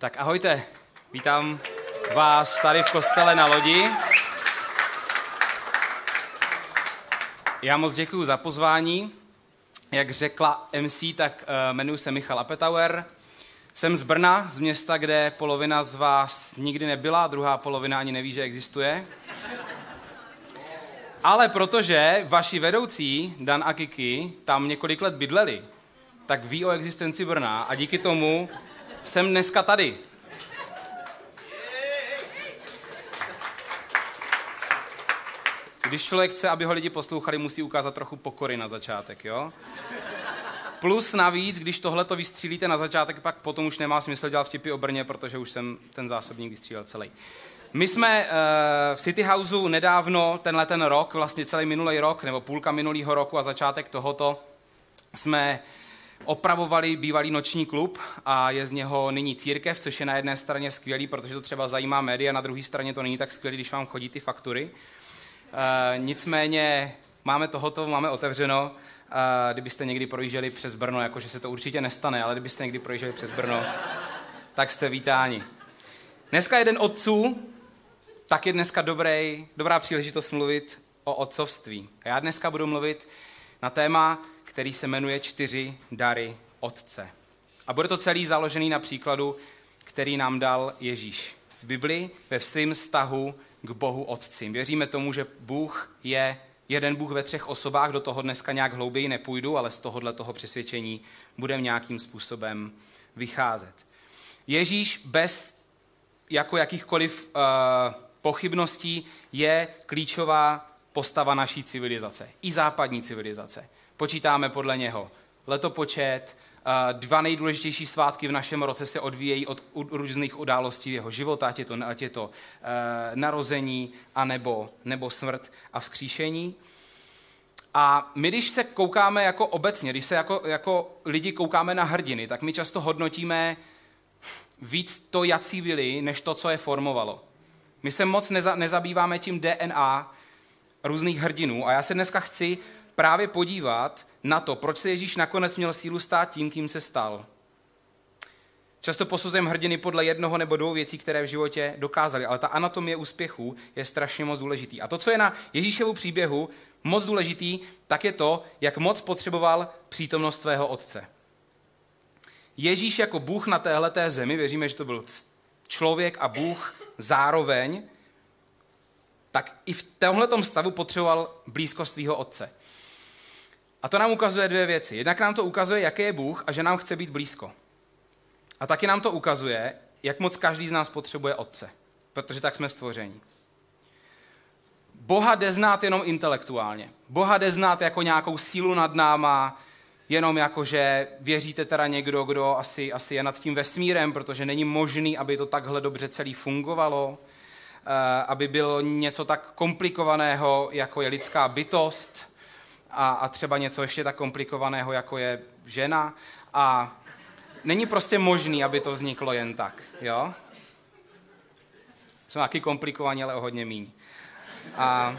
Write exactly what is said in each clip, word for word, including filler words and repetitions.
Tak ahojte, vítám vás tady v kostele na Lodi. Já moc děkuji za pozvání. Jak řekla em cé, tak uh, jmenuji se Michal Apetauer. Jsem z Brna, z města, kde polovina z vás nikdy nebyla, druhá polovina ani neví, že existuje. Ale protože vaši vedoucí, Dan a Kiki, tam několik let bydleli, tak ví o existenci Brna a díky tomu jsem dneska tady. Když člověk chce, aby ho lidi poslouchali, musí ukázat trochu pokory na začátek, jo? Plus navíc, když tohleto vystřílíte na začátek, pak potom už nemá smysl dělat vtipy o Brně, protože už jsem ten zásobník vystřílel celý. My jsme uh, v City Houseu nedávno, tenhle ten rok, vlastně celý minulý rok, nebo půlka minulého roku a začátek tohoto, jsme opravovali bývalý noční klub a je z něho nyní církev, což je na jedné straně skvělý, protože to třeba zajímá média, na druhé straně to není tak skvělý, když vám chodí ty faktury. Uh, nicméně máme tohoto, máme otevřeno. Uh, kdybyste někdy projížděli přes Brno, jakože se to určitě nestane, ale kdybyste někdy projížděli přes Brno, tak jste vítáni. Dneska je den otců, tak je dneska dobrý, dobrá příležitost mluvit o otcovství. A já dneska budu mluvit na téma, který se jmenuje Čtyři dary otce. A bude to celý založený na příkladu, který nám dal Ježíš v Bibli ve svém vztahu k Bohu Otci. Věříme tomu, že Bůh je jeden Bůh ve třech osobách, do toho dneska nějak hlouběji nepůjdu, ale z tohohle toho přesvědčení budeme nějakým způsobem vycházet. Ježíš bez jako jakýchkoliv uh, pochybností je klíčová postava naší civilizace, i západní civilizace. Počítáme podle něho letopočet, uh, dva nejdůležitější svátky v našem roce se odvíjejí od různých událostí jeho života, ať je to, ať je to uh, narození, anebo, nebo smrt a vzkříšení. A my, když se koukáme jako obecně, když se jako, jako lidi koukáme na hrdiny, tak my často hodnotíme víc to, jací byli, než to, co je formovalo. My se moc neza, nezabýváme tím D N A různých hrdinů a já se dneska chci právě podívat na to, proč se Ježíš nakonec měl sílu stát tím, kým se stal. Často posuzujeme hrdiny podle jednoho nebo dvou věcí, které v životě dokázali, ale ta anatomie úspěchu je strašně moc důležitý. A to, co je na Ježíšovu příběhu moc důležitý, tak je to, jak moc potřeboval přítomnost svého otce. Ježíš jako Bůh na téhleté zemi, věříme, že to byl člověk a Bůh zároveň, tak i v tomhletom stavu potřeboval blízkost svého otce. A to nám ukazuje dvě věci. Jednak nám to ukazuje, jaký je Bůh a že nám chce být blízko. A taky nám to ukazuje, jak moc každý z nás potřebuje otce, protože tak jsme stvoření. Boha jde znát jenom intelektuálně. Boha jde znát jako nějakou sílu nad náma, jenom jako, že věříte teda někdo, kdo asi, asi je nad tím vesmírem, protože není možný, aby to takhle dobře celý fungovalo, aby bylo něco tak komplikovaného, jako je lidská bytost a, a třeba něco ještě tak komplikovaného, jako je žena. A není prostě možný, aby to vzniklo jen tak, jo? Jsme taky komplikovaní, ale o hodně míň. A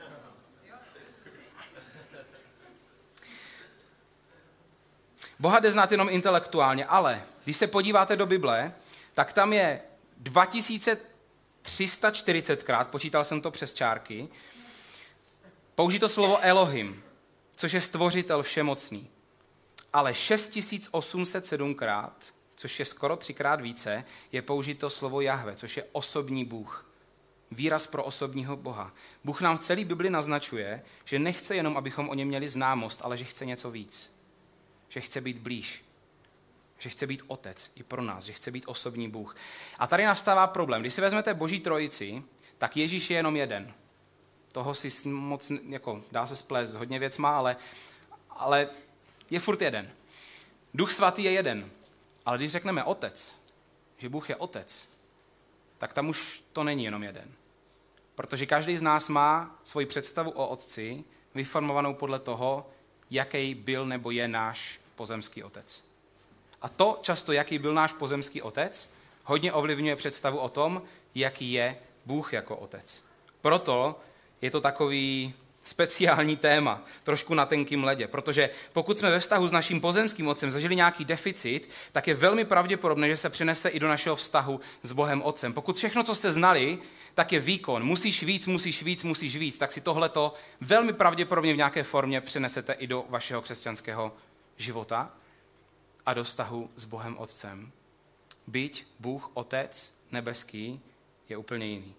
Boha jde znát jenom intelektuálně, ale když se podíváte do Bible, tak tam je dva tisíce tři sta čtyřicetkrát, počítal jsem to přes čárky, použito slovo Elohim, což je stvořitel všemocný. Ale šest tisíc osm set sedmkrát, což je skoro třikrát více, je použito slovo Jahve, což je osobní Bůh. Výraz pro osobního Boha. Bůh nám v celé Bibli naznačuje, že nechce jenom, abychom o něm měli známost, ale že chce něco víc. Že chce být blíž. Že chce být otec i pro nás, že chce být osobní Bůh. A tady nastává problém. Když si vezmete Boží trojici, tak Ježíš je jenom jeden. Toho si moc, jako dá se splést hodně věcma, ale, ale je furt jeden. Duch svatý je jeden. Ale když řekneme otec, že Bůh je otec, tak tam už to není jenom jeden. Protože každý z nás má svoji představu o otci vyformovanou podle toho, jaký byl nebo je náš pozemský otec. A to často, jaký byl náš pozemský otec, hodně ovlivňuje představu o tom, jaký je Bůh jako otec. Proto je to takový speciální téma, trošku na tenkým ledě, protože pokud jsme ve vztahu s naším pozemským otcem zažili nějaký deficit, tak je velmi pravděpodobné, že se přenese i do našeho vztahu s Bohem Otcem. Pokud všechno, co jste znali, tak je výkon, musíš víc, musíš víc, musíš víc, tak si tohleto velmi pravděpodobně v nějaké formě přenesete i do vašeho křesťanského života a do vztahu s Bohem Otcem. Byť Bůh Otec nebeský je úplně jiný.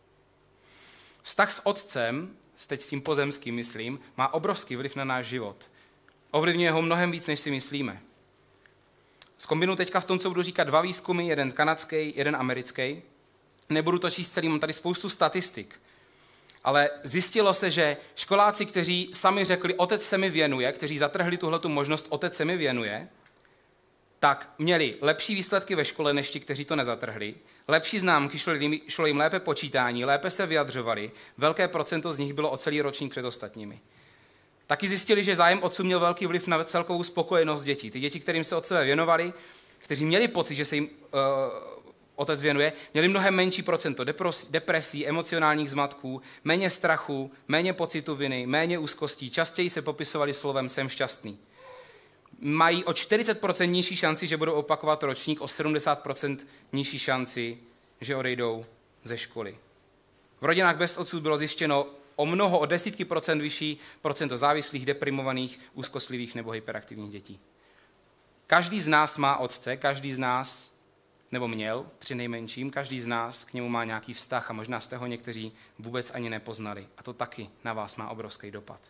Vztah s Otcem, teď s tím pozemským myslím, má obrovský vliv na náš život. Ovlivňuje ho mnohem víc, než si myslíme. Zkombinu teďka v tom, co budu říkat, dva výzkumy, jeden kanadský, jeden americký. Nebudu to číst celý, mám tady spoustu statistik. Ale zjistilo se, že školáci, kteří sami řekli, otec se mi věnuje, kteří zatrhli tuhletu možnost, otec se mi věnuje, tak měli lepší výsledky ve škole, než ti, kteří to nezatrhli. Lepší známky, šlo jim, šlo jim lépe počítání, lépe se vyjadřovali, velké procento z nich bylo o celý ročník před ostatními. Taky zjistili, že zájem otců měl velký vliv na celkovou spokojenost dětí. Ty děti, kterým se otcové věnovali, kteří měli pocit, že se jim uh, otec věnuje, měli mnohem menší procento depresí, emocionálních zmatků, méně strachu, méně pocitu viny, méně úzkostí, častěji se popisovali slovem jsem šťastný. Mají o čtyřicet procent nižší šanci, že budou opakovat ročník, o sedmdesát procent nižší šanci, že odejdou ze školy. V rodinách bez otců bylo zjištěno o mnoho, o desítky procent vyšší procento závislých, deprimovaných, úzkostlivých nebo hyperaktivních dětí. Každý z nás má otce, každý z nás, nebo měl při nejmenším, každý z nás k němu má nějaký vztah a možná jste ho někteří vůbec ani nepoznali. A to taky na vás má obrovský dopad.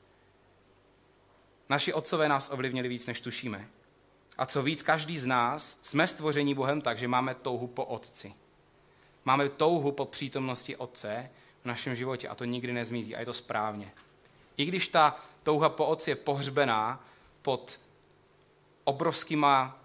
Naši otcové nás ovlivnili víc, než tušíme. A co víc, každý z nás jsme stvoření Bohem tak, že máme touhu po otci. Máme touhu po přítomnosti otce v našem životě a to nikdy nezmizí a je to správně. I když ta touha po otci je pohřbená pod obrovskýma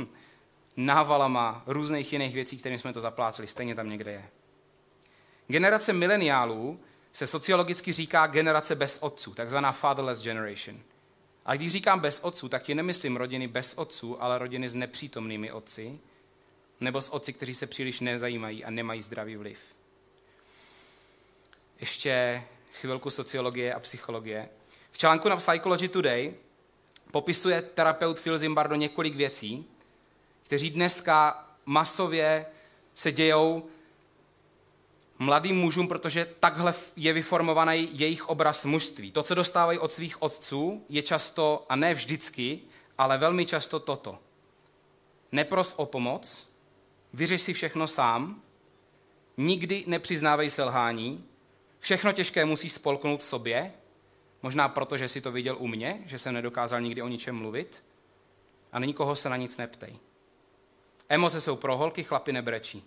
návalama různých jiných věcí, kterým jsme to zapláceli, stejně tam někde je. Generace mileniálů se sociologicky říká generace bez otců, takzvaná fatherless generation. A když říkám bez otců, tak ti nemyslím rodiny bez otců, ale rodiny s nepřítomnými otci, nebo s otci, kteří se příliš nezajímají a nemají zdravý vliv. Ještě chvilku sociologie a psychologie. V článku na Psychology Today popisuje terapeut Phil Zimbardo několik věcí, kteří dneska masově se dějou mladým mužům, protože takhle je vyformovaný jejich obraz mužství. To, co dostávají od svých otců, je často, a ne vždycky, ale velmi často toto. Nepros o pomoc, vyřeš si všechno sám, nikdy nepřiznávej selhání, všechno těžké musíš spolknout sobě, možná proto, že jsi to viděl u mě, že jsem nedokázal nikdy o ničem mluvit, a nikoho se na nic neptej. Emoce jsou pro holky, chlapi nebrečí.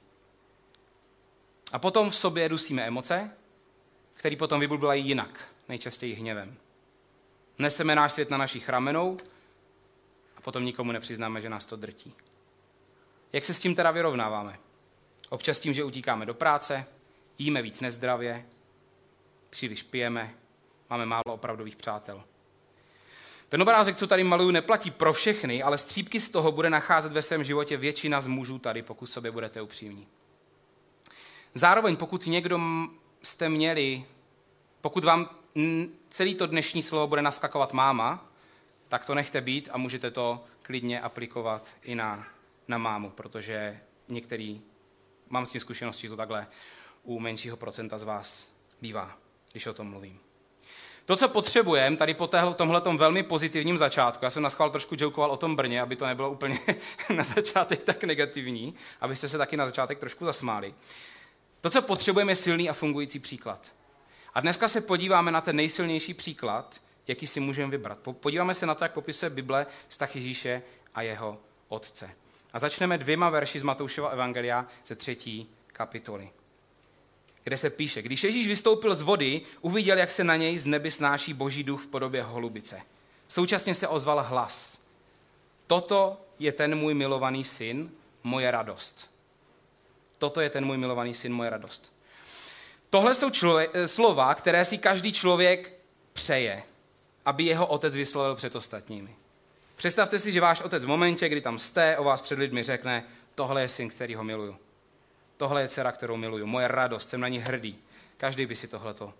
A potom v sobě dusíme emoce, které potom vybulbulají jinak, nejčastěji hněvem. Neseme náš svět na našich ramenou a potom nikomu nepřiznáme, že nás to drtí. Jak se s tím teda vyrovnáváme? Občas tím, že utíkáme do práce, jíme víc nezdravě, příliš pijeme, máme málo opravdových přátel. Ten obrázek, co tady maluju, neplatí pro všechny, ale střípky z toho bude nacházet ve svém životě většina z mužů tady, pokud sobě budete upřímní. Zároveň, pokud někdo jste měli, pokud vám celý to dnešní slovo bude naskakovat máma, tak to nechte být a můžete to klidně aplikovat i na, na mámu, protože některý, mám s tím zkušenosti, to takhle u menšího procenta z vás bývá, když o tom mluvím. To, co potřebujeme tady po tomhletom velmi pozitivním začátku, já jsem naschvál trošku jokoval o tom Brně, aby to nebylo úplně na začátek tak negativní, abyste se taky na začátek trošku zasmáli. To, co potřebujeme, je silný a fungující příklad. A dneska se podíváme na ten nejsilnější příklad, jaký si můžeme vybrat. Podíváme se na to, jak popisuje Bible vztah Ježíše a jeho otce. A začneme dvěma verši z Matoušova evangelia ze třetí kapitoly, kde se píše: Když Ježíš vystoupil z vody, uviděl, jak se na něj z nebe snáší Boží duch v podobě holubice. Současně se ozval hlas: Toto je ten můj milovaný syn, moje radost. Toto je ten můj milovaný syn, moje radost. Tohle jsou člověk, slova, které si každý člověk přeje, aby jeho otec vyslovil před ostatními. Představte si, že váš otec v momentě, kdy tam jste, o vás před lidmi řekne: tohle je syn, který ho miluju. Tohle je dcera, kterou miluju. Moje radost, jsem na ní hrdý. Každý by si tohleto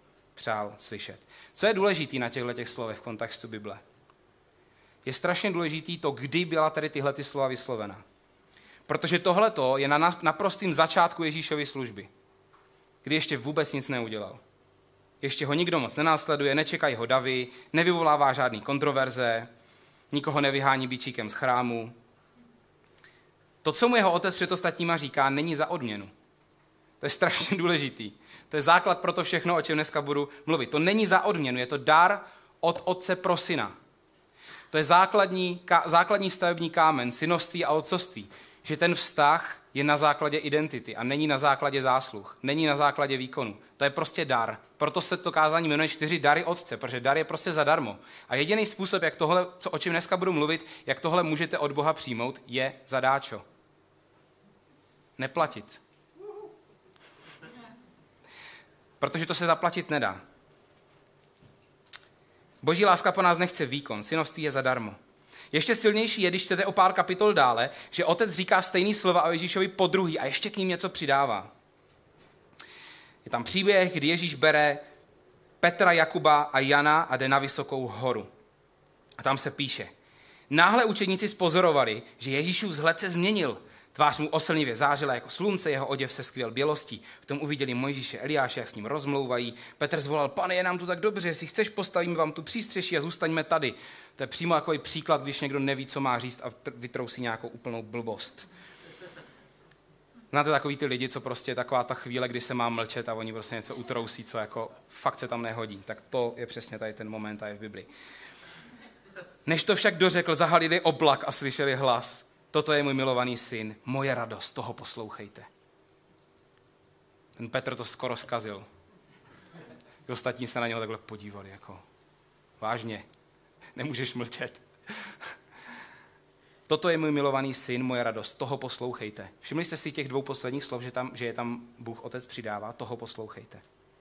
přál slyšet. Co je důležitý na těchto těch slovech v kontextu Bible? Je strašně důležitý to, kdy byla tady tyhle ty slova vyslovena. Protože tohleto je na naprostým začátku Ježíšovy služby, kdy ještě vůbec nic neudělal. Ještě ho nikdo moc nenásleduje, nečekají ho davy, nevyvolává žádný kontroverze, nikoho nevyhání bičíkem z chrámu. To, co mu jeho otec před ostatníma říká, není za odměnu. To je strašně důležitý. To je základ pro to všechno, o čem dneska budu mluvit. To není za odměnu, je to dar od otce pro syna. To je základní, ká, základní stavební kámen synoství a otcovství, že ten vztah je na základě identity a není na základě zásluh, není na základě výkonu. To je prostě dar. Proto se to kázání jmenuje čtyři dary otce, protože dar je prostě zadarmo. A jediný způsob, jak tohle, co, o čem dneska budu mluvit, jak tohle můžete od Boha přijmout, je zadáčo. Neplatit. Protože to se zaplatit nedá. Boží láska po nás nechce výkon, synovství je zadarmo. Ještě silnější je, když čtete o pár kapitol dále, že otec říká stejný slova o Ježíšovi podruhý a ještě k ním něco přidává. Je tam příběh, kdy Ježíš bere Petra, Jakuba a Jana a jde na vysokou horu. A tam se píše: náhle učedníci spozorovali, že Ježíšův vzhled se změnil. Tvář mu oslnivě zářila jako slunce, jeho oděv se skvěl bělostí. V tom uviděli Mojžíše, Eliáše, jak s ním rozmlouvají. Petr zvolal: pane, je nám tu tak dobře, jestli chceš, postavíme vám tu přístřeší a zůstaňme tady. To je přímo takový příklad, když někdo neví, co má říct a vytrousí nějakou úplnou blbost. Znáte takový ty lidi, co prostě je taková ta chvíle, kdy se má mlčet a oni prostě něco utrousí, co jako fakt se tam nehodí. Tak to je přesně tady ten moment a je v Biblii. Než to však dořekl, zahalili oblak a slyšeli hlas: toto je můj milovaný syn, moje radost, toho poslouchejte. Ten Petr to skoro zkazil. I ostatní se na něho takhle podívali, jako vážně, nemůžeš mlčet. Toto je můj milovaný syn, moje radost, toho poslouchejte. Všimli jste si těch dvou posledních slov, že, tam, že je tam Bůh Otec přidává, toho poslouchejte.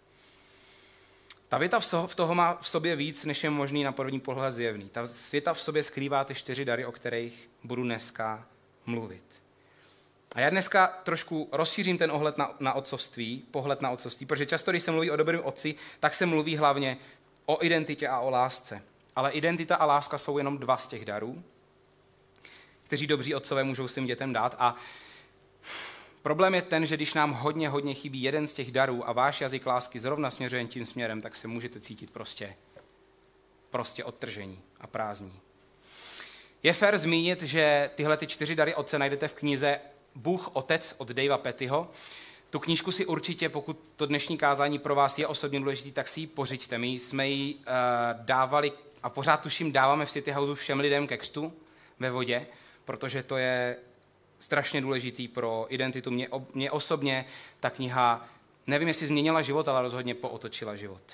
Ta věta v toho má v sobě víc, než je možný na první pohled zjevný. Ta věta v sobě skrývá ty čtyři dary, o kterých budu dneska mluvit. A já dneska trošku rozšířím ten ohled na, na otcovství, pohled na otcovství, protože často, když se mluví o dobrém otci, tak se mluví hlavně o identitě a o lásce. Ale identita a láska jsou jenom dva z těch darů, kteří dobří otcové můžou svým dětem dát. A problém je ten, že když nám hodně, hodně chybí jeden z těch darů a váš jazyk lásky zrovna směřuje tím směrem, tak se můžete cítit prostě, prostě odtržení a prázdní. Je fér zmínit, že tyhle ty čtyři dary otce najdete v knize Bůh Otec od Davea Pettyho. Tu knížku si určitě, pokud to dnešní kázání pro vás je osobně důležitý, tak si ji pořiďte. My jsme ji uh, dávali a pořád tuším dáváme v City Houseu všem lidem ke křtu ve vodě, protože to je strašně důležitý pro identitu. Mě, mě osobně ta kniha, nevím, jestli změnila život, ale rozhodně pootočila život.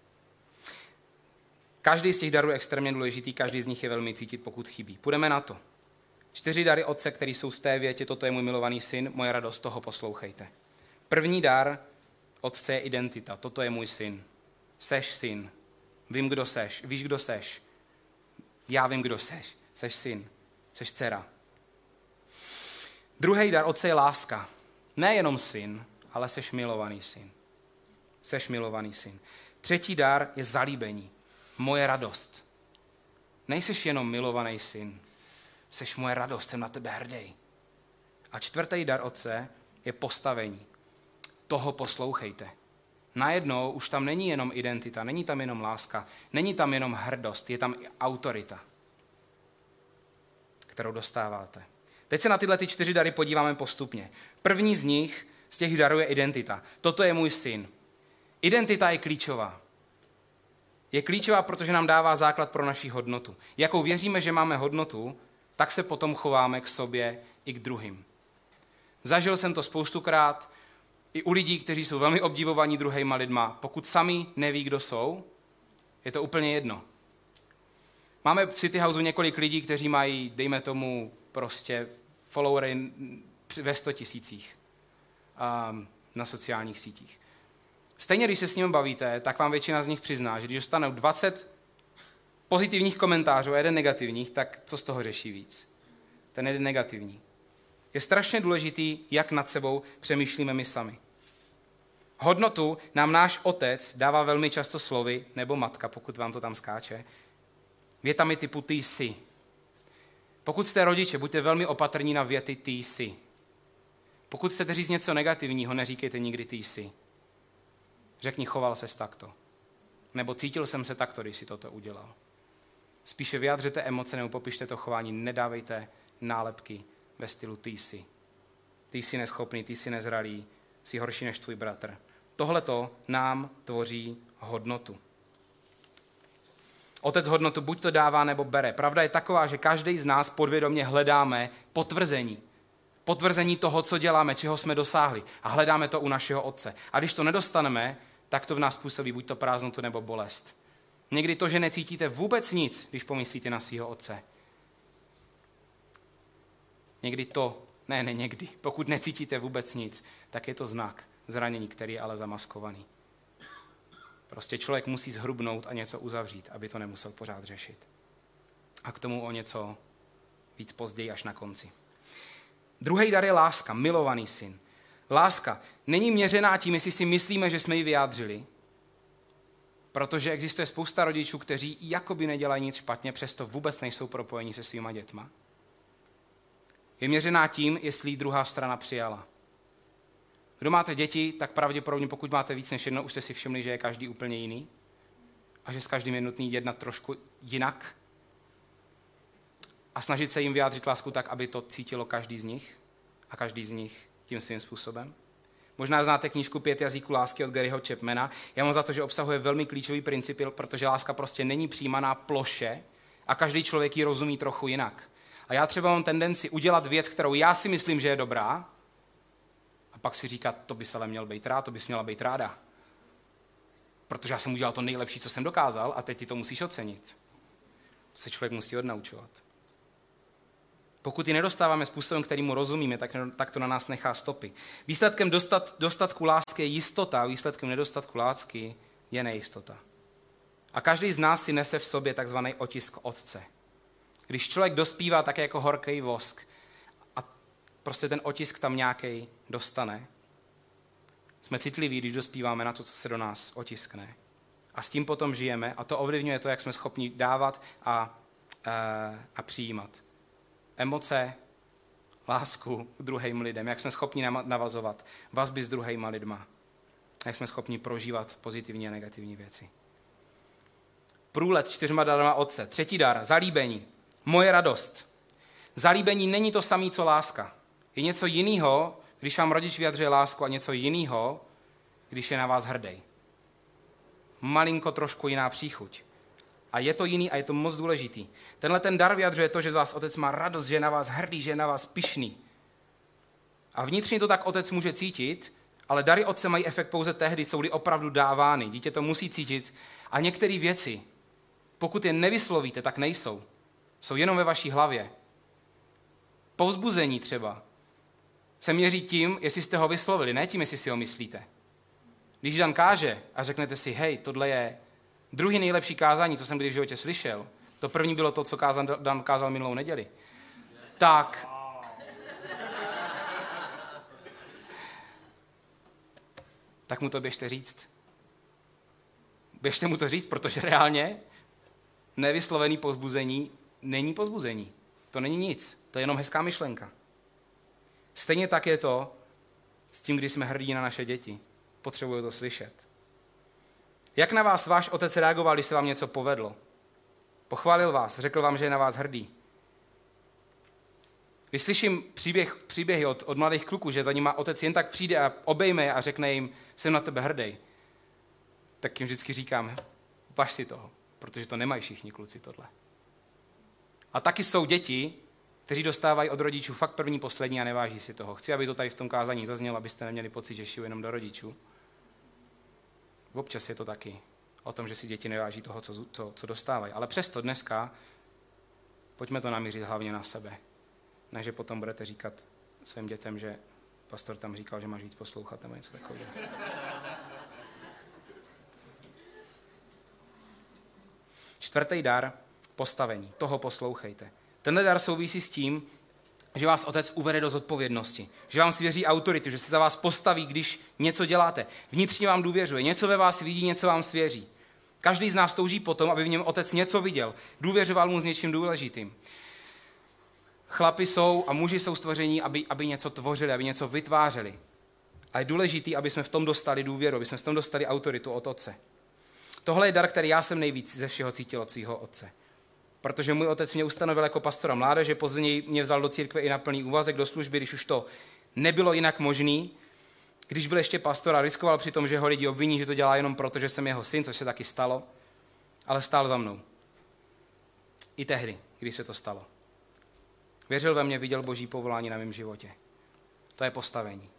Každý z těch darů je extrémně důležitý, každý z nich je velmi cítit, pokud chybí. Půjdeme na to. Čtyři dary otce, které jsou v té větě: toto je můj milovaný syn, moje radost, toho poslouchejte. První dar otce je identita. Toto je můj syn. Seš syn. Vím, kdo seš. Víš, kdo seš. Já vím, kdo seš. Seš syn. Seš dcera. Druhý dar otce je láska. Nejenom syn, ale seš milovaný syn. Seš milovaný syn. Třetí dar je zalíbení. Moje radost. Nejseš jenom milovaný syn. Seš moje radost, jsem na tebe hrdý. A čtvrtý dar otce je postavení. Toho poslouchejte. Najednou už tam není jenom identita, není tam jenom láska, není tam jenom hrdost, je tam i autorita, kterou dostáváte. Teď se na tyhle ty čtyři dary podíváme postupně. První z nich, z těch darů je identita. Toto je můj syn. Identita je klíčová. Je klíčová, protože nám dává základ pro naši hodnotu. Jakou věříme, že máme hodnotu, tak se potom chováme k sobě i k druhým. Zažil jsem to spoustukrát i u lidí, kteří jsou velmi obdivovaní druhýma lidma. Pokud sami neví, kdo jsou, je to úplně jedno. Máme v City Houseu několik lidí, kteří mají, dejme tomu, prostě followery ve sto tisících um, na sociálních sítích. Stejně, když se s nimi bavíte, tak vám většina z nich přizná, že když dostanou dvacet pozitivních komentářů a jeden negativních, tak co z toho řeší víc? Ten jeden negativní. Je strašně důležitý, jak nad sebou přemýšlíme my sami. Hodnotu nám náš otec dává velmi často slovy, nebo matka, pokud vám to tam skáče, větami typu ty jsi. Pokud jste rodiče, buďte velmi opatrní na věty ty jsi. Pokud chcete říct něco negativního, neříkejte nikdy ty jsi. Řekni, choval ses takto. Nebo cítil jsem se takto, když si toto udělal. Spíše vyjádřete emoce nebo popište to chování, nedávejte nálepky ve stylu ty jsi. Ty jsi neschopný, ty jsi nezralý, jsi horší než tvůj bratr. Tohleto nám tvoří hodnotu. Otec hodnotu buď to dává, nebo bere. Pravda je taková, že každý z nás podvědomě hledáme potvrzení. Potvrzení toho, co děláme, čeho jsme dosáhli. A hledáme to u našeho otce. A když to nedostaneme, tak to v nás působí buď to prázdnotu, nebo bolest. Někdy to, že necítíte vůbec nic, když pomyslíte na svého otce. Někdy to, ne, ne někdy, pokud necítíte vůbec nic, tak je to znak zranění, který je ale zamaskovaný. Prostě člověk musí zhrubnout a něco uzavřít, aby to nemusel pořád řešit. A k tomu o něco víc později až na konci. Druhý dar je láska, milovaný syn. Láska není měřená tím, jestli si myslíme, že jsme ji vyjádřili, protože existuje spousta rodičů, kteří jakoby nedělají nic špatně, přesto vůbec nejsou propojení se svýma dětma. Je měřená tím, jestli ji druhá strana přijala. Kdo máte děti, tak pravděpodobně, pokud máte víc než jedno, už jste si všimli, že je každý úplně jiný a že s každým je nutný jednat trošku jinak a snažit se jim vyjádřit lásku tak, aby to cítilo každý z nich a každý z nich tím svým způsobem. Možná znáte knížku Pět jazyků lásky od Garyho Chapmana. Já mám za to, že obsahuje velmi klíčový princip, protože láska prostě není přijímaná ploše a každý člověk ji rozumí trochu jinak. A já třeba mám tendenci udělat věc, kterou já si myslím, že je dobrá, a pak si říkat, to bys ale měl být rád, to bys měla být ráda. Protože já jsem udělal to nejlepší, co jsem dokázal, a teď ty to musíš ocenit. To se člověk musí odnaučovat. Pokud ji nedostáváme způsobem, kterýmu rozumíme, tak, tak to na nás nechá stopy. Výsledkem dostat, dostatku lásky je jistota, výsledkem nedostatku lásky je nejistota. A každý z nás si nese v sobě takzvaný otisk otce. Když člověk dospívá, tak je jako horký vosk a prostě ten otisk tam nějaký dostane. Jsme citliví, když dospíváme na to, co se do nás otiskne. A s tím potom žijeme a to ovlivňuje to, jak jsme schopni dávat a, a, a přijímat. Emoce, lásku k druhým lidem, jak jsme schopni navazovat vazby s druhýma lidma, jak jsme schopni prožívat pozitivní a negativní věci. Průlet čtyřma darama otce. Třetí dar, zalíbení. Moje radost. Zalíbení není to samé, co láska. Je něco jiného, když vám rodič vyjadřuje lásku, a něco jiného, když je na vás hrdý. Malinko trošku jiná příchuť. A je to jiný a je to moc důležitý. Tenhle ten dar vyjadřuje to, že z vás otec má radost, že je na vás hrdý, že je na vás pyšný. A vnitřně to tak otec může cítit, ale dary otce mají efekt pouze tehdy, jsou-li opravdu dávány. Dítě to musí cítit. A některé věci, pokud je nevyslovíte, tak nejsou. Jsou jenom ve vaší hlavě. Povzbuzení třeba se měří tím, jestli jste ho vyslovili, ne tím, jestli si ho myslíte. Když Dan káže a řeknete si, hej, tohle je druhý nejlepší kázání, co jsem kdy v životě slyšel, to první bylo to, co kázal, Dan kázal minulou neděli, tak tak mu to běžte říct. Běžte mu to říct, protože reálně nevyslovený povzbuzení není povzbuzení. To není nic, to je jenom hezká myšlenka. Stejně tak je to s tím, když jsme hrdí na naše děti. Potřebují to slyšet. Jak na vás váš otec reagoval, když se vám něco povedlo? Pochválil vás, řekl vám, že je na vás hrdý. Když slyším příběh, příběhy od, od mladých kluků, že za nima otec jen tak přijde a obejme je a řekne jim, jsem na tebe hrdý, tak jim vždycky říkám, važ si toho, protože to nemají všichni kluci tohle. A taky jsou děti, kteří dostávají od rodičů fakt první, poslední a neváží si toho. Chci, aby to tady v tom kázání zaznělo, abyste neměli pocit, že šiju jenom do rodičů. Občas je to taky o tom, že si děti neváží toho, co, co, co dostávají. Ale přesto dneska pojďme to namířit hlavně na sebe. Ne, že potom budete říkat svým dětem, že pastor tam říkal, že máš víc poslouchat nebo něco takového. Čtvrtý dar, postavení. Toho poslouchejte. Tenhle dar souvisí s tím, že vás otec uvede do zodpovědnosti, že vám svěří autoritu, že se za vás postaví, když něco děláte. Vnitřně vám důvěřuje, něco ve vás vidí, něco vám svěří. Každý z nás touží potom, aby v něm otec něco viděl, důvěřoval mu s něčím důležitým. Chlapi jsou a muži jsou stvoření, aby, aby něco tvořili, aby něco vytvářeli. A je důležitý, aby jsme v tom dostali důvěru, aby jsme v tom dostali autoritu od otce. Tohle je dar, který já jsem nejvíc ze všeho cítil od svého otce. Protože můj otec mě ustanovil jako pastora mládeže, později mě vzal do církve i na plný úvazek, do služby, když už to nebylo jinak možný. Když byl ještě pastor a riskoval při tom, že ho lidi obviní, že to dělá jenom proto, že jsem jeho syn, což se taky stalo, ale stál za mnou. I tehdy, když se to stalo. Věřil ve mě, viděl boží povolání na mém životě. To je postavení.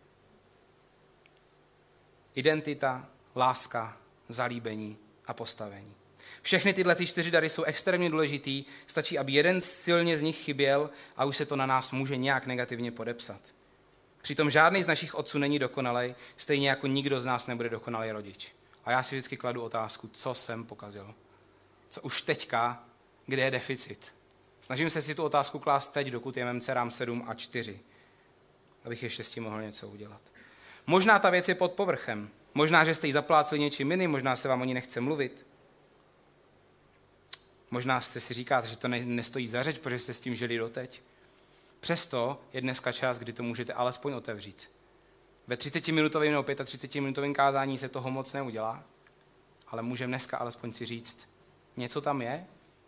Identita, láska, zalíbení a postavení. Všechny tyhle ty čtyři dary jsou extrémně důležitý, stačí, aby jeden silně z nich chyběl a už se to na nás může nějak negativně podepsat. Přitom žádný z našich otců není dokonalej, stejně jako nikdo z nás nebude dokonalý rodič. A já si vždycky kladu otázku, co jsem pokazil. Co už teďka, kde je deficit. Snažím se si tu otázku klást teď, dokud je mým dcerám sedm a čtyři, abych ještě s tím mohl něco udělat. Možná ta věc je pod povrchem. Možná, že jste ji zaplácli něčím jiným, možná se vám o ní nechce mluvit. Možná jste si říkáte, že to ne, nestojí za řeč, protože jste s tím žili doteď. Přesto je dneska čas, kdy to můžete alespoň otevřít. Ve třicetiminutovém nebo třicetipětiminutovém kázání se toho moc neudělá, ale můžeme dneska alespoň si říct, něco tam je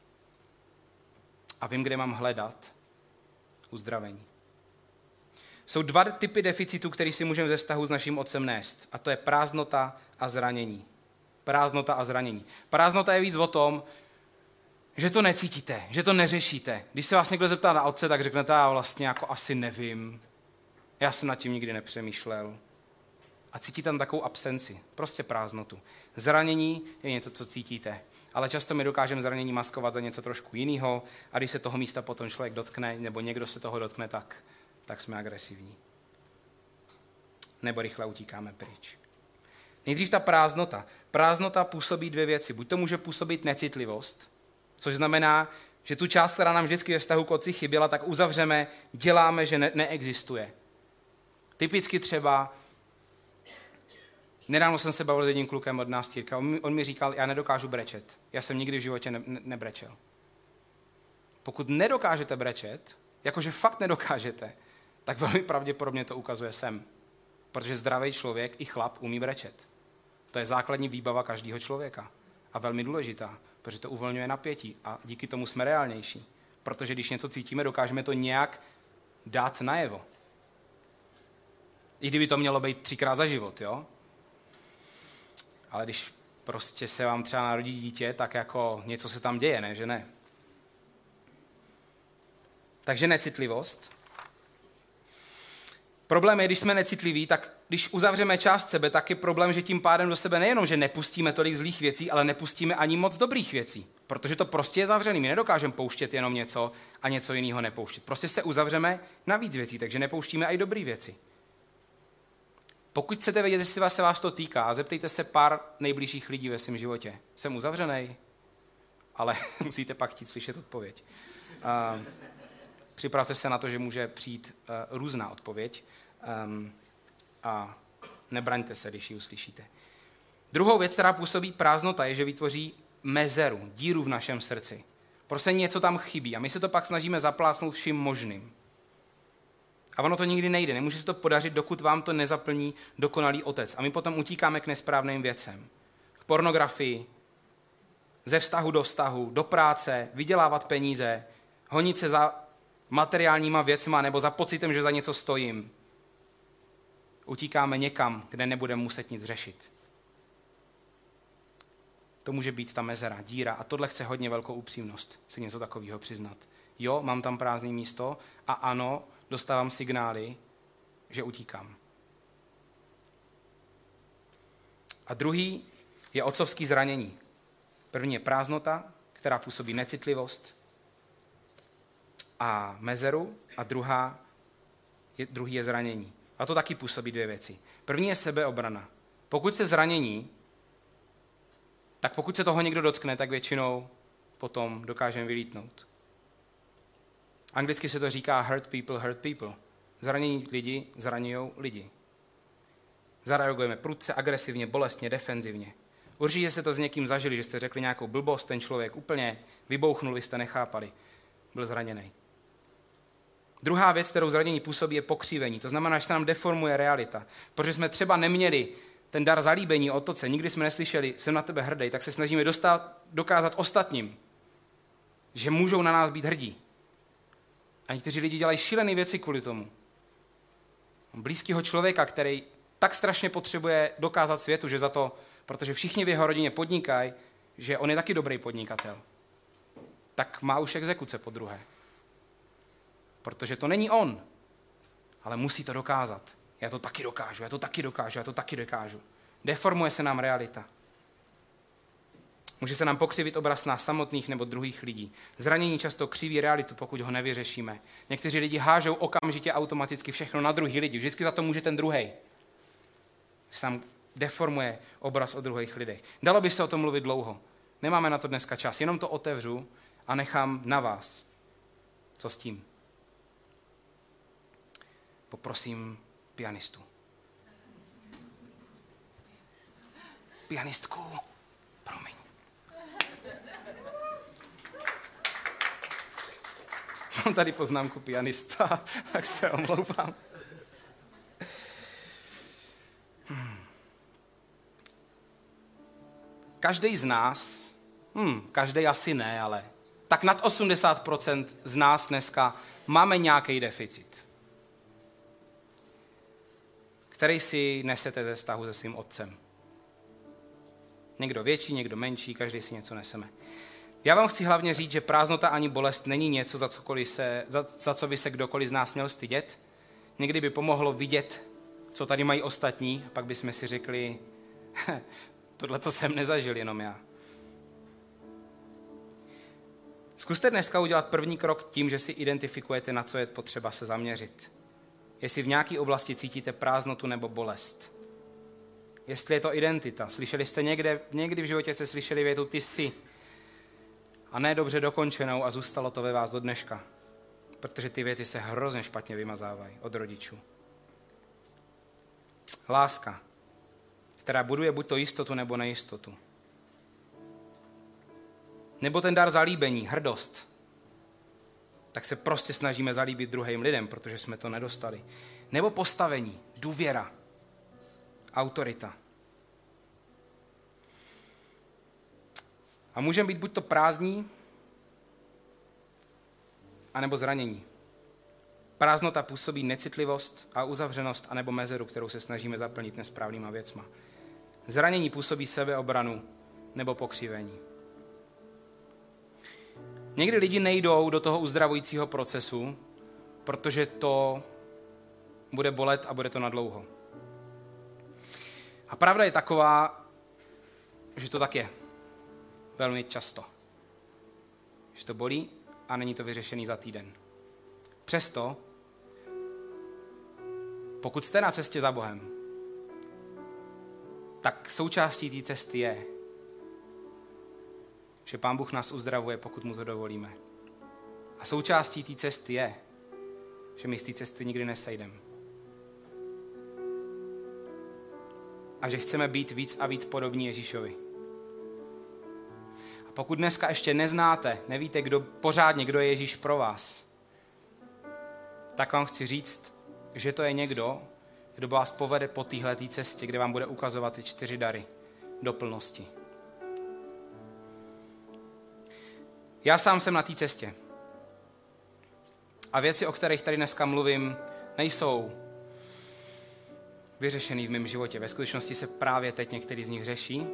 a vím, kde mám hledat uzdravení. Jsou dva typy deficitů, které si můžeme ze vztahu s naším otcem nést. A to je prázdnota a zranění. Prázdnota a zranění. Prázdnota je víc o tom, že to necítíte, že to neřešíte. Když se vás někdo zeptá na otce, tak řeknete, já vlastně jako asi nevím. Já jsem nad tím nikdy nepřemýšlel. A cítí tam takovou absenci, prostě prázdnotu. Zranění je něco, co cítíte. Ale často my dokážeme zranění maskovat za něco trošku jiného a když se toho místa potom člověk dotkne, nebo někdo se toho dotkne, tak, tak jsme agresivní. Nebo rychle utíkáme pryč. Nejdřív ta prázdnota. Prázdnota působí dvě věci. Buď to může působit necitlivost, což znamená, že tu část, která nám vždycky ve vztahu k otci chyběla, tak uzavřeme, děláme, že ne- neexistuje. Typicky třeba, nedávno jsem se bavil s jedním klukem od nás círka, on mi, on mi říkal, já nedokážu brečet. Já jsem nikdy v životě ne- ne- nebrečel. Pokud nedokážete brečet, jakože fakt nedokážete, tak velmi pravděpodobně to ukazuje sem. Protože zdravý člověk i chlap umí brečet. To je základní výbava každého člověka. A velmi důležitá, protože to uvolňuje napětí a díky tomu jsme reálnější. Protože když něco cítíme, dokážeme to nějak dát najevo. I kdyby to mělo být třikrát za život, jo? Ale když prostě se vám třeba narodí dítě, tak jako něco se tam děje, ne? Že ne? Takže necitlivost. Problém je, když jsme necitliví, tak když uzavřeme část sebe, tak je problém, že tím pádem do sebe nejenom, že nepustíme tolik zlých věcí, ale nepustíme ani moc dobrých věcí. Protože to prostě je zavřený. My nedokážeme pouštět jenom něco a něco jiného nepouštět. Prostě se uzavřeme na víc věcí, takže nepouštíme i dobré věci. Pokud chcete vědět, jestli se vás to týká, zeptejte se pár nejbližších lidí ve svém životě. Jsem uzavřenej? Ale musíte pak chtít slyšet odpověď. Uh, připravte se na to, že může přijít uh, různá odpověď um, a nebraňte se, když ji uslyšíte. Druhou věc, která působí prázdnota, je, že vytvoří mezeru, díru v našem srdci. Prostě něco tam chybí a my se to pak snažíme zaplácnout vším možným. A ono to nikdy nejde, nemůže se to podařit, dokud vám to nezaplní dokonalý otec. A my potom utíkáme k nesprávným věcem. K pornografii, ze vztahu do vztahu, do práce, vydělávat peníze, honit se za materiálníma věcma nebo za pocitem, že za něco stojím. Utíkáme někam, kde nebudeme muset nic řešit. To může být ta mezera, díra a tohle chce hodně velkou upřímnost, si něco takového přiznat. Jo, mám tam prázdné místo a ano, dostávám signály, že utíkám. A druhý je otcovský zranění. První je prázdnota, která působí necitlivost a mezeru a druhá je, druhý je zranění. A to taky působí dvě věci. První je sebeobrana. Pokud se zranění, tak pokud se toho někdo dotkne, tak většinou potom dokážeme vylítnout. Anglicky se to říká hurt people, hurt people. Zranění lidi zraňují lidi. Zareagujeme prudce, agresivně, bolestně, defenzivně. Určitě jste to s někým zažili, že jste řekli nějakou blbost, ten člověk úplně vybouchnul, vy jste nechápali. Byl zraněný. Druhá věc, kterou zranění působí, je pokřivení. To znamená, že se nám deformuje realita. Protože jsme třeba neměli ten dar zalíbení o to, co nikdy jsme neslyšeli, jsem na tebe hrdý, tak se snažíme dostat, dokázat ostatním, že můžou na nás být hrdí. A někteří lidi dělají šílené věci kvůli tomu. Blízkého člověka, který tak strašně potřebuje dokázat světu, že za to, protože všichni v jeho rodině podnikají, že on je taky dobrý podnikatel, tak má už exekuce po druhé. Protože to není on, ale musí to dokázat. Já to taky dokážu, já to taky dokážu, já to taky dokážu. Deformuje se nám realita. Může se nám pokřivit obraz nás samotných nebo druhých lidí. Zranění často křiví realitu, pokud ho nevyřešíme. Někteří lidi hážou okamžitě automaticky všechno na druhý lidi. Vždycky za to může ten druhej. Se nám deformuje obraz o druhých lidech. Dalo by se o tom mluvit dlouho. Nemáme na to dneska čas. Jenom to otevřu a nechám na vás. Co s tím? Poprosím pianistu. Pianistku, promiň. Mám tady poznámku pianista, tak se omlouvám. Hmm. Každý z nás, hmm, každý asi ne, ale tak nad osmdesát procent z nás dneska máme nějaký deficit, který si nesete ze vztahu se svým otcem. Někdo větší, někdo menší, každý si něco neseme. Já vám chci hlavně říct, že prázdnota ani bolest není něco, za, se, za, za co by se kdokoliv z nás měl stydět. Někdy by pomohlo vidět, co tady mají ostatní, a pak bychom si řekli, tohle to jsem nezažil, jenom já. Zkuste dneska udělat první krok tím, že si identifikujete, na co je potřeba se zaměřit. Jestli v nějaké oblasti cítíte prázdnotu nebo bolest. Jestli je to identita. Slyšeli jste někde, někdy v životě jste slyšeli větu ty jsi. A ne dobře dokončenou a zůstalo to ve vás do dneška. Protože ty věty se hrozně špatně vymazávají od rodičů. Láska, která buduje buď to jistotu nebo nejistotu. Nebo ten dar zalíbení, hrdost. Tak se prostě snažíme zalíbit druhým lidem, protože jsme to nedostali. Nebo postavení, důvěra, autorita. A můžeme být buď to prázdní, anebo zranění. Prázdnota působí necitlivost a uzavřenost, anebo mezeru, kterou se snažíme zaplnit nesprávnýma věcma. Zranění působí sebeobranu nebo pokřivení. Někdy lidi nejdou do toho uzdravujícího procesu, protože to bude bolet a bude to nadlouho. A pravda je taková, že to tak je. Velmi často. Že to bolí a není to vyřešený za týden. Přesto, pokud jste na cestě za Bohem, tak součástí té cesty je, že Pán Bůh nás uzdravuje, pokud mu to dovolíme. A součástí té cesty je, že my z té cesty nikdy nesejdeme. A že chceme být víc a víc podobní Ježíšovi. A pokud dneska ještě neznáte, nevíte kdo, pořádně, kdo je Ježíš pro vás, tak vám chci říct, že to je někdo, kdo vás povede po téhletý cestě, kde vám bude ukazovat ty čtyři dary do plnosti. Já sám jsem na té cestě. A věci, o kterých tady dneska mluvím, nejsou vyřešený v mém životě. Ve skutečnosti se právě teď některý z nich řeší.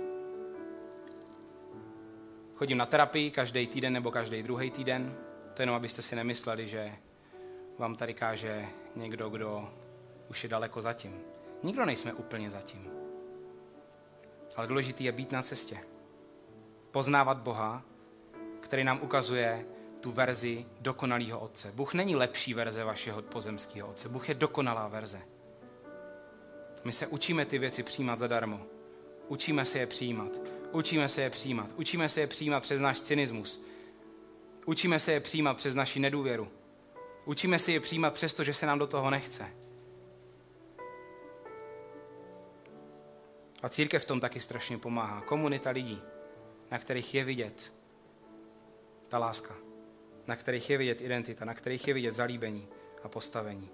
Chodím na terapii každý týden nebo každý druhý týden. To jenom, abyste si nemysleli, že vám tady káže někdo, kdo už je daleko zatím. Nikdo nejsme úplně zatím. Ale důležitý je být na cestě. Poznávat Boha, který nám ukazuje tu verzi dokonalého otce. Bůh není lepší verze vašeho pozemského otce. Bůh je dokonalá verze. My se učíme ty věci přijímat zadarmo. Učíme se je přijímat. Učíme se je přijímat. Učíme se je přijímat přes náš cynismus. Učíme se je přijímat přes naši nedůvěru. Učíme si je přijímat přesto, že se nám do toho nechce. A církev v tom taky strašně pomáhá. Komunita lidí, na kterých je vidět ta láska, na kterých je vidět identita, na kterých je vidět zalíbení a postavení.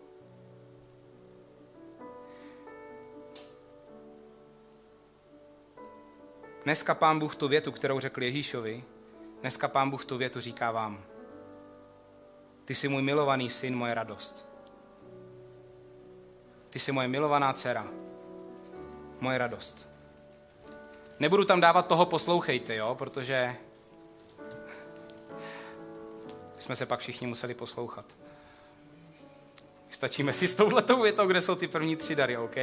Dneska Pán Bůh tu větu, kterou řekl Ježíšovi, dneska Pán Bůh tu větu říká vám. Ty jsi můj milovaný syn, moje radost. Ty jsi moje milovaná dcera, moje radost. Nebudu tam dávat toho poslouchejte, jo, protože jsme se pak všichni museli poslouchat. Stačíme si s touhletou větou, kde jsou ty první tři dary, OK?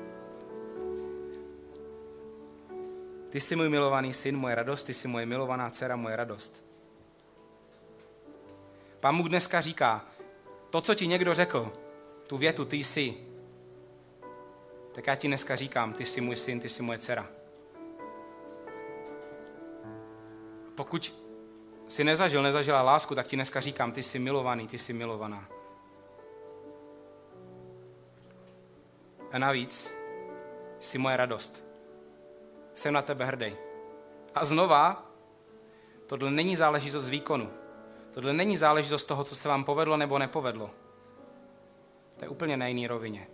Ty jsi můj milovaný syn, moje radost, ty jsi moje milovaná dcera, moje radost. Pán Bůh dneska říká, to, co ti někdo řekl, tu větu, ty jsi, tak já ti dneska říkám, ty jsi můj syn, ty jsi moje dcera. Pokud jsi nezažil, nezažila lásku, tak ti dneska říkám, ty jsi milovaný, ty jsi milovaná. A navíc jsi moje radost. Jsem na tebe hrdý. A znova, tohle není záležitost výkonu. Tohle není záležitost toho, co se vám povedlo nebo nepovedlo. To je úplně na jiný rovině.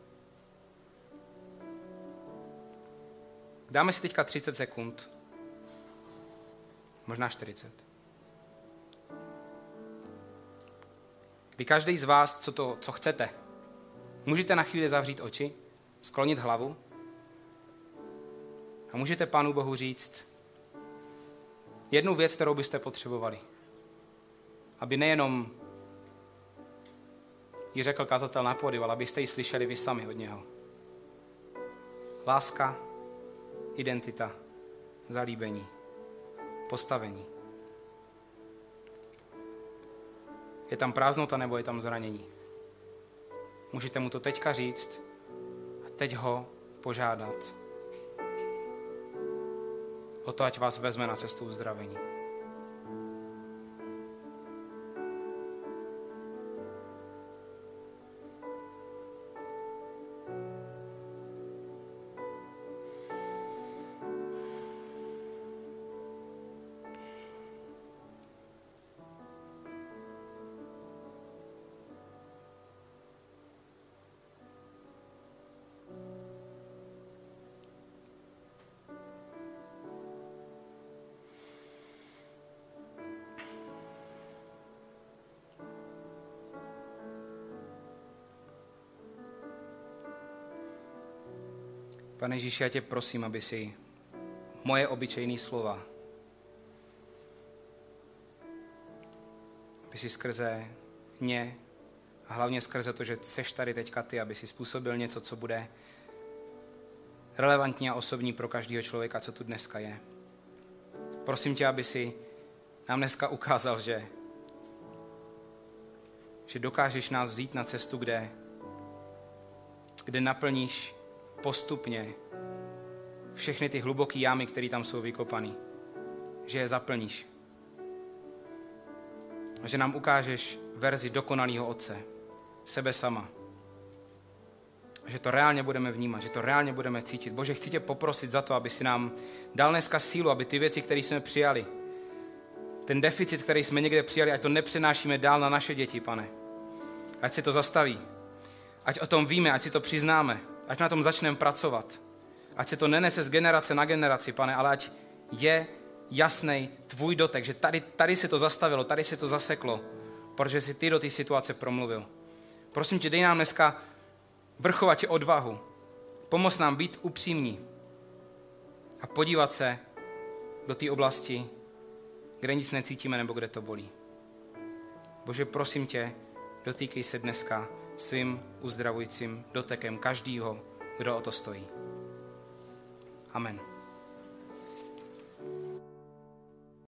Dáme si teďka třicet sekund. Možná čtyřicet. Kdy každý z vás, co, to, co chcete, můžete na chvíli zavřít oči, sklonit hlavu a můžete Pánu Bohu říct jednu věc, kterou byste potřebovali. Aby nejenom ji řekl kazatel na pódiu, ale abyste ji slyšeli vy sami od něho. Láska, identita, zalíbení, postavení. Je tam prázdnota nebo je tam zranění? Můžete mu to teďka říct a teď ho požádat o to, ať vás vezme na cestu uzdravení. Pane Ježíši, já tě prosím, aby si moje obyčejné slova, aby si skrze mě a hlavně skrze to, že seš tady teďka ty, aby si způsobil něco, co bude relevantní a osobní pro každého člověka, co tu dneska je. Prosím tě, aby si nám dneska ukázal, že, že dokážeš nás vzít na cestu, kde, kde naplníš postupně všechny ty hluboké jámy, které tam jsou vykopané. Že je zaplníš. A že nám ukážeš verzi dokonalého Otce. Sebe sama. A že to reálně budeme vnímat, že to reálně budeme cítit. Bože, chci tě poprosit za to, aby si nám dal dneska sílu, aby ty věci, které jsme přijali, ten deficit, který jsme někde přijali, ať to nepřenášíme dál na naše děti, Pane. Ať se to zastaví. Ať o tom víme, ať si to přiznáme. Ať na tom začneme pracovat. Ať se to nenese z generace na generaci, Pane, ale ať je jasnej tvůj dotek, že tady, tady se to zastavilo, tady se to zaseklo, protože jsi ty do té situace promluvil. Prosím tě, dej nám dneska vrchovatě odvahu. Pomoz nám být upřímní a podívat se do té oblasti, kde nic necítíme nebo kde to bolí. Bože, prosím tě, dotýkej se dneska svým uzdravujícím dotekem každýho, kdo o to stojí. Amen.